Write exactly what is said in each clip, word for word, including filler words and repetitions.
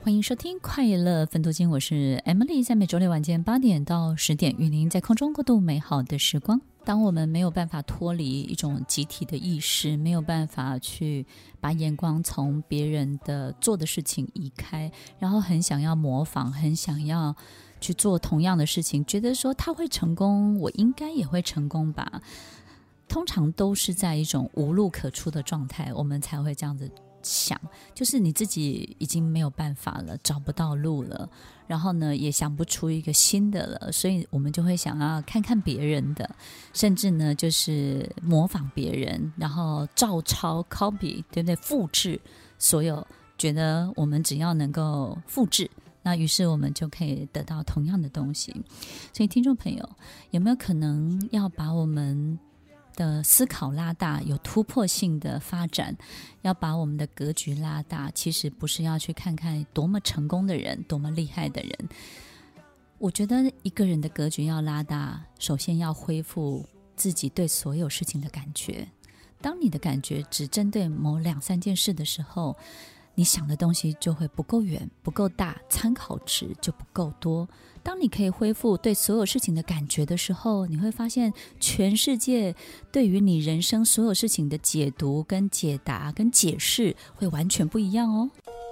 欢迎收听快乐分多金，我是 Emily， 在每周六晚间八点到十点，与您在空中过度美好的时光。当我们没有办法脱离一种集体的意识，没有办法去把眼光从别人的做的事情移开，然后很想要模仿，很想要去做同样的事情，觉得说他会成功，我应该也会成功吧。通常都是在一种无路可出的状态，我们才会这样子想，就是你自己已经没有办法了，找不到路了，然后呢也想不出一个新的了，所以我们就会想要看看别人的，甚至呢就是模仿别人，然后照抄 copy， 对不对？复制所有，觉得我们只要能够复制，那于是我们就可以得到同样的东西。所以听众朋友，有没有可能要把我们的思考拉大，有突破性的发展，要把我们的格局拉大，其实不是要去看看多么成功的人，多么厉害的人。我觉得一个人的格局要拉大，首先要恢复自己对所有事情的感觉。当你的感觉只针对某两三件事的时候，你想的东西就会不够远，不够大，参考值就不够多。当你可以恢复对所有事情的感觉的时候，你会发现全世界对于你人生所有事情的解读跟解答跟解释会完全不一样哦。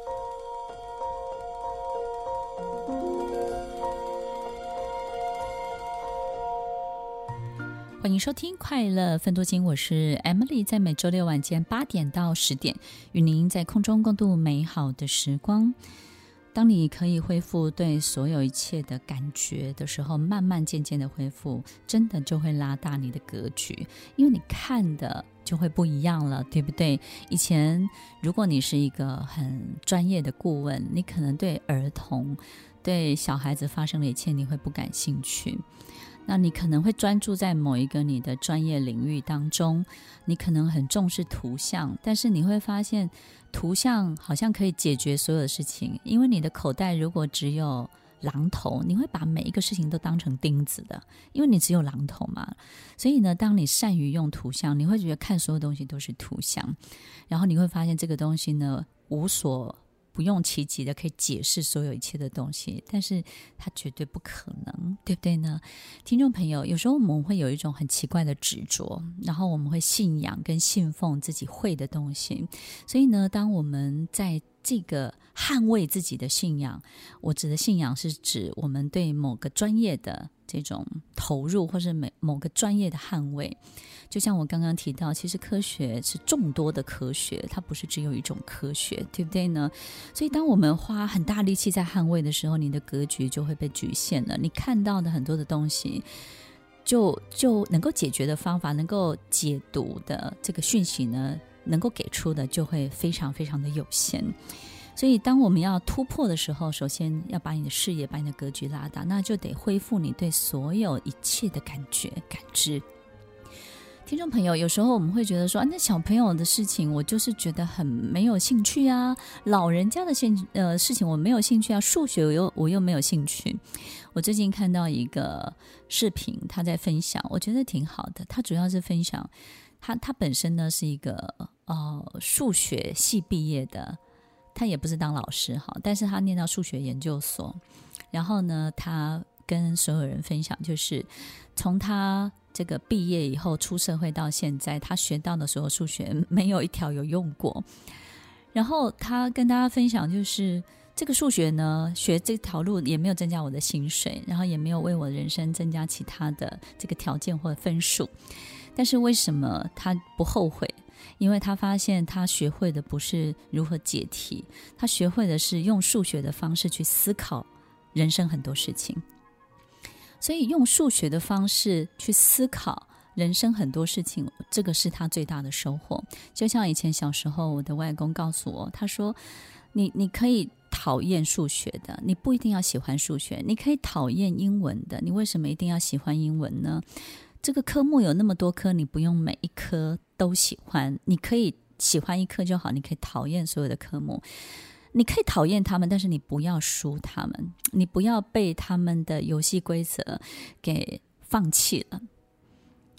欢迎收听快乐分多金，我是 Emily， 在每周六晚间八点到十点，与您在空中共度美好的时光。当你可以恢复对所有一切的感觉的时候，慢慢渐渐的恢复，真的就会拉大你的格局，因为你看的就会不一样了，对不对？以前如果你是一个很专业的顾问，你可能对儿童对小孩子发生的一切你会不感兴趣，那你可能会专注在某一个你的专业领域当中，你可能很重视图像，但是你会发现图像好像可以解决所有的事情，因为你的口袋如果只有榔头，你会把每一个事情都当成钉子的，因为你只有榔头嘛。所以呢，当你善于用图像，你会觉得看所有东西都是图像，然后你会发现这个东西呢无所不用其极的可以解释所有一切的东西，但是它绝对不可能，对不对呢？听众朋友，有时候我们会有一种很奇怪的执着，然后我们会信仰跟信奉自己会的东西，所以呢，当我们在这个捍卫自己的信仰，我指的信仰是指我们对某个专业的这种投入，或是某个专业的捍卫。就像我刚刚提到，其实科学是众多的科学，它不是只有一种科学，对不对呢？所以当我们花很大力气在捍卫的时候，你的格局就会被局限了，你看到的很多的东西就就能够解决的方法，能够解读的这个讯息呢，能够给出的就会非常非常的有限。所以当我们要突破的时候，首先要把你的视野，把你的格局拉大，那就得恢复你对所有一切的感觉感知。听众朋友，有时候我们会觉得说、啊、那小朋友的事情我就是觉得很没有兴趣啊，老人家的兴呃事情我没有兴趣啊，数学我又我又没有兴趣。我最近看到一个视频，他在分享，我觉得挺好的。他主要是分享他他本身呢是一个呃数学系毕业的，他也不是当老师哈，但是他念到数学研究所，然后呢他跟所有人分享，就是从他这个毕业以后出社会到现在，他学到的所有数学没有一条有用过。然后他跟大家分享，就是这个数学呢，学这条路也没有增加我的薪水，然后也没有为我人生增加其他的这个条件或者分数。但是为什么他不后悔？因为他发现他学会的不是如何解题，他学会的是用数学的方式去思考人生很多事情。所以用数学的方式去思考人生很多事情，这个是他最大的收获。就像以前小时候我的外公告诉我，他说你你可以讨厌数学的，你不一定要喜欢数学，你可以讨厌英文的，你为什么一定要喜欢英文呢？这个科目有那么多科，你不用每一科都喜欢，你可以喜欢一科就好，你可以讨厌所有的科目。你可以讨厌他们，但是你不要输他们，你不要被他们的游戏规则给放弃了。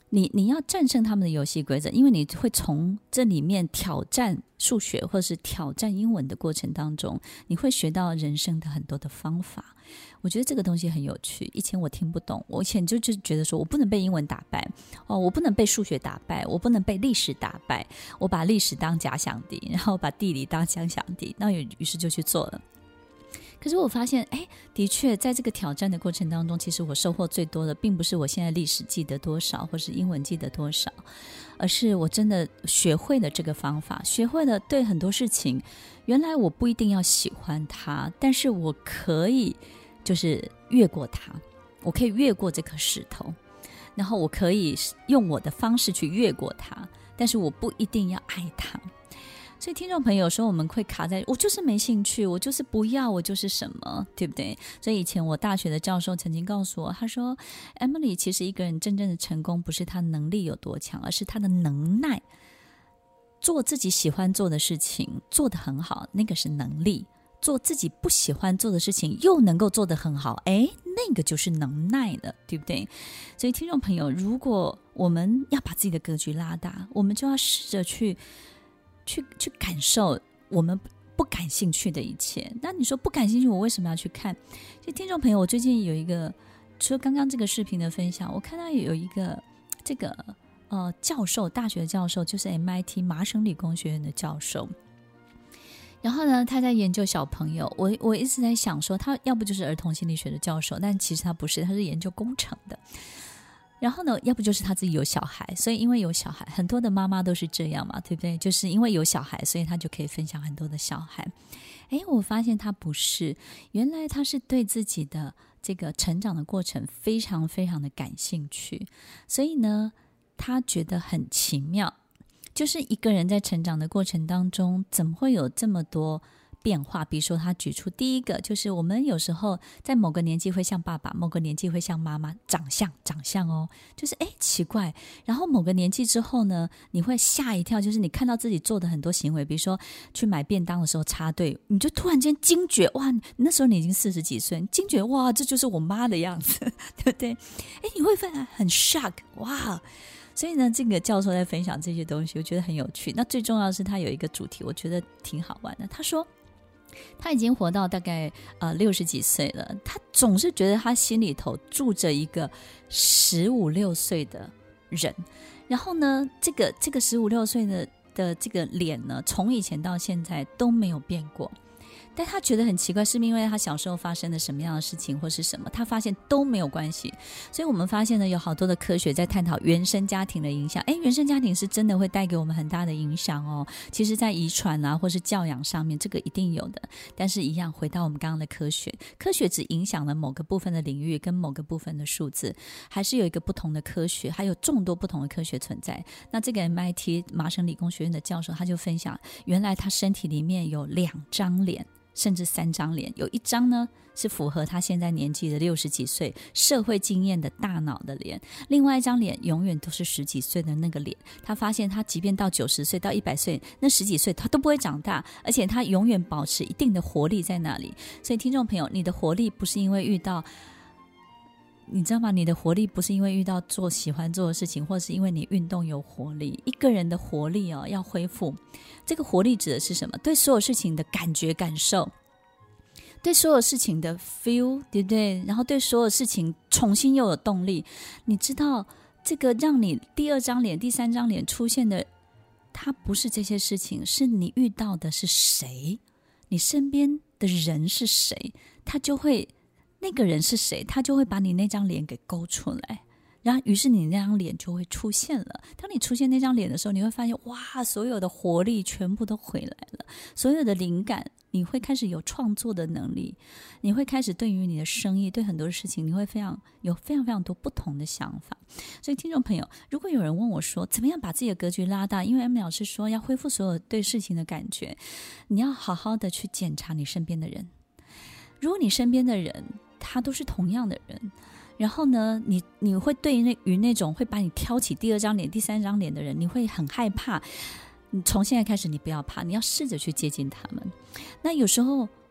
你你要战胜他们的游戏规则，因为你会从这里面挑战数学或是挑战英文的过程当中，你会学到人生的很多的方法。我觉得这个东西很有趣，以前我听不懂，我以前就就觉得说我不能被英文打败哦，我不能被数学打败，我不能被历史打败，我把历史当假想敌，然后把地理当假想敌，那于是就去做了。可是我发现，哎，的确在这个挑战的过程当中，其实我收获最多的并不是我现在历史记得多少或是英文记得多少，而是我真的学会了这个方法，学会了对很多事情，原来我不一定要喜欢它，但是我可以就是越过它，我可以越过这颗石头，然后我可以用我的方式去越过它，但是我不一定要爱它。所以听众朋友说我们会卡在我就是没兴趣，我就是不要，我就是什么，对不对？所以以前我大学的教授曾经告诉我，他说 Emily 其实一个人真正的成功不是他能力有多强，而是他的能耐，做自己喜欢做的事情做得很好，那个是能力，做自己不喜欢做的事情又能够做得很好，诶，那个就是能耐了，对不对？所以听众朋友，如果我们要把自己的格局拉大，我们就要试着去去去感受我们不感兴趣的一切。那你说不感兴趣，我为什么要去看？其实听众朋友，我最近有一个，除了刚刚这个视频的分享，我看到有一个这个呃教授，大学教授，就是 M I T 麻省理工学院的教授。然后呢，他在研究小朋友，我我一直在想说，他要不就是儿童心理学的教授，但其实他不是，他是研究工程的。然后呢，要不就是他自己有小孩，所以因为有小孩，很多的妈妈都是这样嘛，对不对？就是因为有小孩，所以他就可以分享很多的小孩。诶，我发现他不是，原来他是对自己的这个成长的过程非常非常的感兴趣，所以呢，他觉得很奇妙，就是一个人在成长的过程当中，怎么会有这么多变化？比如说他举出第一个，就是我们有时候在某个年纪会像爸爸，某个年纪会像妈妈，长相长相哦，就是诶奇怪，然后某个年纪之后呢，你会吓一跳，就是你看到自己做的很多行为，比如说去买便当的时候插队，你就突然间惊觉，哇，那时候你已经四十几岁，惊觉哇，这就是我妈的样子，对不对？诶，你会很很 shock， 哇！所以呢，这个教授在分享这些东西，我觉得很有趣。那最重要的是他有一个主题，我觉得挺好玩的。他说他已经活到大概呃六十几岁了，他总是觉得他心里头住着一个十五六岁的人，然后呢，这个这个十五六岁的的这个脸呢，从以前到现在都没有变过。但他觉得很奇怪，是因为他小时候发生了什么样的事情或是什么，他发现都没有关系。所以我们发现呢，有好多的科学在探讨原生家庭的影响。诶，原生家庭是真的会带给我们很大的影响哦。其实在遗传啊或是教养上面，这个一定有的。但是一样回到我们刚刚的科学，科学只影响了某个部分的领域跟某个部分的数字，还是有一个不同的科学，还有众多不同的科学存在。那这个 M I T 麻省理工学院的教授他就分享，原来他身体里面有两张脸，甚至三张脸，有一张呢是符合他现在年纪的六十几岁社会经验的大脑的脸，另外一张脸永远都是十几岁的那个脸。他发现他即便到九十岁到一百岁，那十几岁他都不会长大，而且他永远保持一定的活力在那里。所以听众朋友，你的活力不是因为遇到，你知道吗？你的活力不是因为遇到做喜欢做的事情，或是因为你运动有活力。一个人的活力哦，要恢复，这个活力指的是什么？对所有事情的感觉感受，对所有事情的 feel， 对不对？然后对所有事情重新又有动力。你知道这个让你第二张脸第三张脸出现的，它不是这些事情，是你遇到的是谁，你身边的人是谁，他就会那个人是谁，他就会把你那张脸给勾出来，然后于是你那张脸就会出现了。当你出现那张脸的时候，你会发现哇，所有的活力全部都回来了，所有的灵感，你会开始有创作的能力，你会开始对于你的生意，对很多事情，你会非常有非常非常多不同的想法。所以听众朋友，如果有人问我说怎么样把自己的格局拉大，因为 Emily 老师说要恢复所有对事情的感觉，你要好好的去检查你身边的人。如果你身边的人他都是同样的人，然后呢，你你会对于 那, 于那种会把你挑起第二张脸第三张脸的人，你会很害怕。你从现在开始你不要怕，你要试着去接近他们。那有时候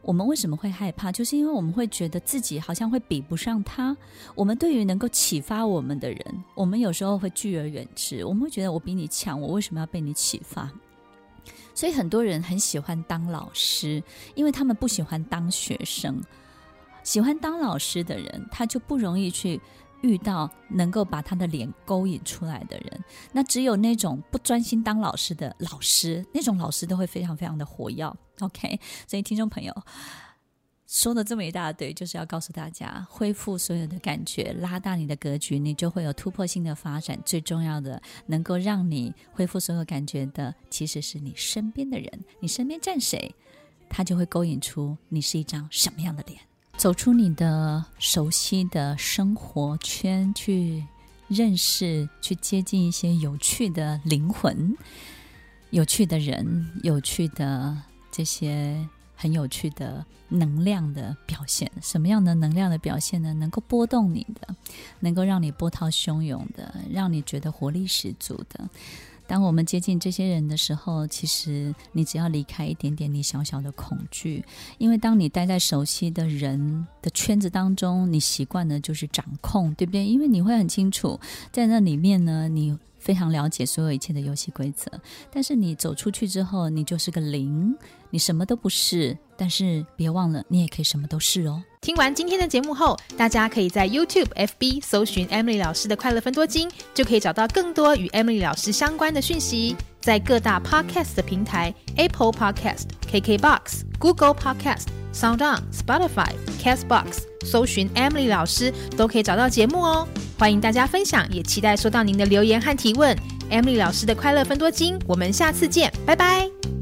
我们为什么会害怕？就是因为我们会觉得自己好像会比不上他。我们对于能够启发我们的人，我们有时候会拒而远之。我们会觉得我比你强，我为什么要被你启发？所以很多人很喜欢当老师，因为他们不喜欢当学生。喜欢当老师的人，他就不容易去遇到能够把他的脸勾引出来的人。那只有那种不专心当老师的老师，那种老师都会非常非常的活跃。 OK， 所以听众朋友说的这么一大堆，就是要告诉大家，恢复所有的感觉，拉大你的格局，你就会有突破性的发展。最重要的，能够让你恢复所有感觉的，其实是你身边的人。你身边站谁，他就会勾引出你是一张什么样的脸。走出你的熟悉的生活圈，去认识，去接近一些有趣的灵魂，有趣的人，有趣的这些很有趣的能量的表现。什么样的能量的表现呢？能够波动你的，能够让你波涛汹涌的，让你觉得活力十足的。当我们接近这些人的时候，其实你只要离开一点点你小小的恐惧。因为当你待在熟悉的人的圈子当中，你习惯的就是掌控，对不对？因为你会很清楚，在那里面呢，你非常了解所有一切的游戏规则。但是你走出去之后，你就是个零，你什么都不是。但是别忘了，你也可以什么都是哦。 听完今天的节目后，大家可以在 YouTube、F B 搜寻 Emily 老师的快乐分多金，就可以找到更多与 Emily 老师相关的讯息。在各大 Podcast 的平台 Apple Podcast、K K B O X、Google Podcast、SoundOn、Spotify、Castbox 搜寻 Emily 老师都可以找到节目哦。欢迎大家分享，也期待收到您的留言和提问。Emily 老师的快乐分多金，我们下次见，拜拜。